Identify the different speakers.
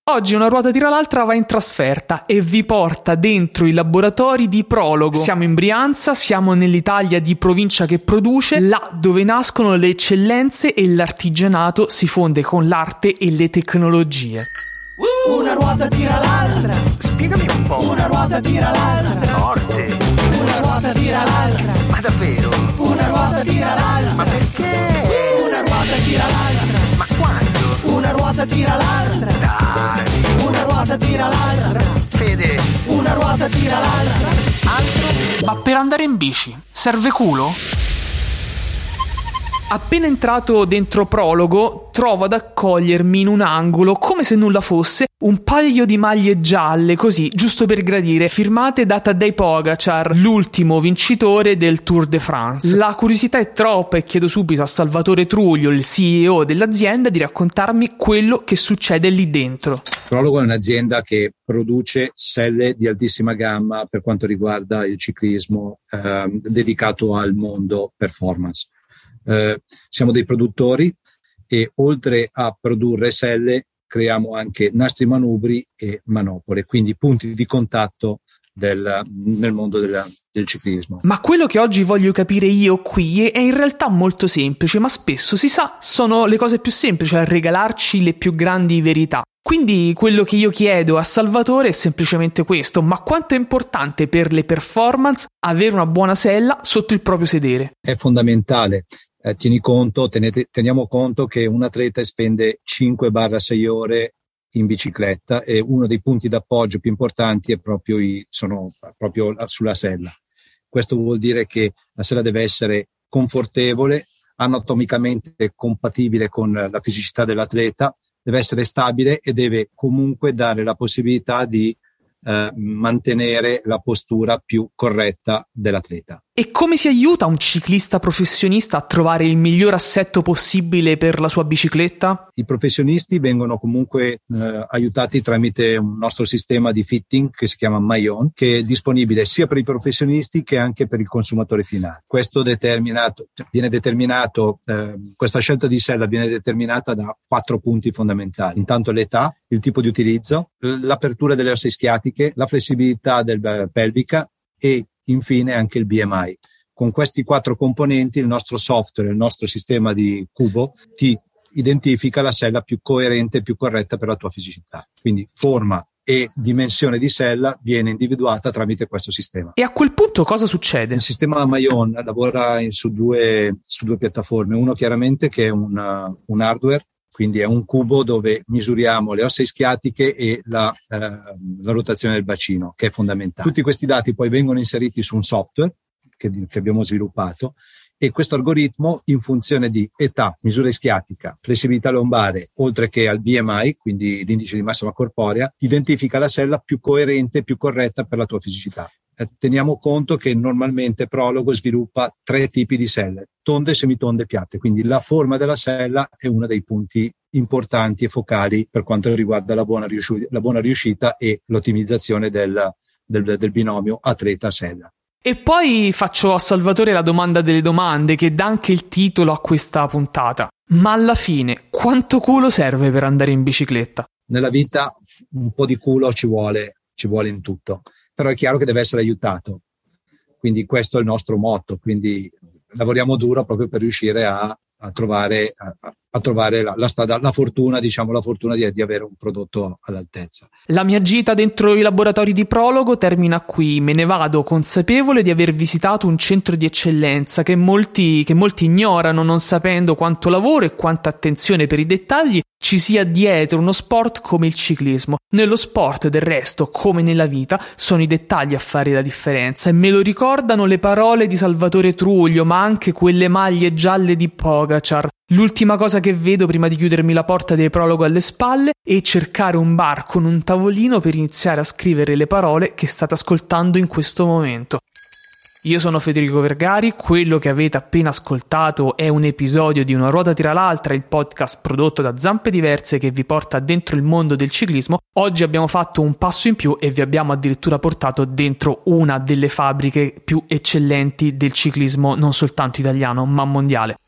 Speaker 1: Oggi Una ruota tira l'altra va in trasferta e vi porta dentro i laboratori di Prologo. Siamo in Brianza, siamo nell'Italia di provincia che produce, là dove nascono le eccellenze e l'artigianato si fonde con l'arte e le tecnologie.
Speaker 2: Una ruota tira l'altra.
Speaker 3: Spiegami un po'.
Speaker 2: Una ruota tira l'altra.
Speaker 3: Forte.
Speaker 2: Una ruota tira l'altra.
Speaker 3: Ma davvero?
Speaker 2: Una ruota tira l'altra.
Speaker 3: Ma perché?
Speaker 2: Una ruota tira l'altra.
Speaker 3: Ma quando?
Speaker 2: Una ruota tira l'altra.
Speaker 3: Dai.
Speaker 2: Una ruota tira l'altra.
Speaker 3: Fede.
Speaker 2: Una ruota tira l'altra.
Speaker 3: Altro?
Speaker 1: Ma per andare in bici serve culo? Appena entrato dentro Prologo, trovo ad accogliermi in un angolo, come se nulla fosse, un paio di maglie gialle, così, giusto per gradire, firmate da Tadej Pogačar, l'ultimo vincitore del Tour de France. La curiosità è troppa e chiedo subito a Salvatore Truglio, il CEO dell'azienda, di raccontarmi quello che succede lì dentro.
Speaker 4: Prologo è un'azienda che produce selle di altissima gamma per quanto riguarda il ciclismo, dedicato al mondo performance. Siamo dei produttori e oltre a produrre selle creiamo anche nastri manubri e manopole, quindi punti di contatto nel mondo del ciclismo.
Speaker 1: Ma quello che oggi voglio capire io qui è in realtà molto semplice, ma spesso, si sa, sono le cose più semplici a regalarci le più grandi verità. Quindi quello che io chiedo a Salvatore è semplicemente questo: ma quanto è importante per le performance avere una buona sella sotto il proprio sedere?
Speaker 4: È fondamentale. Teniamo conto che un atleta spende 5-6 ore in bicicletta e uno dei punti d'appoggio più importanti sono proprio sulla sella. Questo vuol dire che la sella deve essere confortevole, anatomicamente compatibile con la fisicità dell'atleta, deve essere stabile e deve comunque dare la possibilità di mantenere la postura più corretta dell'atleta.
Speaker 1: E come si aiuta un ciclista professionista a trovare il miglior assetto possibile per la sua bicicletta?
Speaker 4: I professionisti vengono comunque aiutati tramite un nostro sistema di fitting che si chiama MyOn, che è disponibile sia per i professionisti che anche per il consumatore finale. Questa scelta di sella viene determinata da 4 punti fondamentali. Intanto l'età, il tipo di utilizzo, l'apertura delle ossa ischiatiche, la flessibilità pelvica e infine anche il BMI. Con questi 4 componenti il nostro software, il nostro sistema di cubo ti identifica la sella più coerente e più corretta per la tua fisicità. Quindi forma e dimensione di sella viene individuata tramite questo sistema.
Speaker 1: E a quel punto cosa succede?
Speaker 4: Il sistema MyOn lavora su due piattaforme. Uno chiaramente che è un hardware, quindi è un cubo dove misuriamo le ossa ischiatiche e la rotazione del bacino, che è fondamentale. Tutti questi dati poi vengono inseriti su un software che abbiamo sviluppato e questo algoritmo, in funzione di età, misura ischiatica, flessibilità lombare, oltre che al BMI, quindi l'indice di massa corporea, identifica la sella più coerente e più corretta per la tua fisicità. Teniamo conto che normalmente Prologo sviluppa 3 tipi di selle, tonde, semitonde e piatte, quindi la forma della sella è uno dei punti importanti e focali per quanto riguarda la buona riuscita e l'ottimizzazione del binomio atleta-sella.
Speaker 1: E poi faccio a Salvatore la domanda delle domande, che dà anche il titolo a questa puntata. Ma alla fine, quanto culo serve per andare in bicicletta?
Speaker 4: Nella vita un po' di culo ci vuole in tutto. Però è chiaro che deve essere aiutato, quindi questo è il nostro motto, quindi lavoriamo duro proprio per riuscire a trovare la strada, la fortuna di avere un prodotto all'altezza.
Speaker 1: La mia gita dentro i laboratori di Prologo termina qui. Me ne vado consapevole di aver visitato un centro di eccellenza che molti ignorano, non sapendo quanto lavoro e quanta attenzione per i dettagli ci sia dietro uno sport come il ciclismo. Nello sport, del resto, come nella vita, sono i dettagli a fare la differenza, e me lo ricordano le parole di Salvatore Truglio, ma anche quelle maglie gialle di Pogačar. L'ultima cosa che vedo prima di chiudermi la porta del Prologo alle spalle è cercare un bar con un tavolino per iniziare a scrivere le parole che state ascoltando in questo momento. Io sono Federico Vergari, quello che avete appena ascoltato è un episodio di Una ruota tira l'altra, il podcast prodotto da Zampe Diverse che vi porta dentro il mondo del ciclismo. Oggi abbiamo fatto un passo in più e vi abbiamo addirittura portato dentro una delle fabbriche più eccellenti del ciclismo, non soltanto italiano ma mondiale.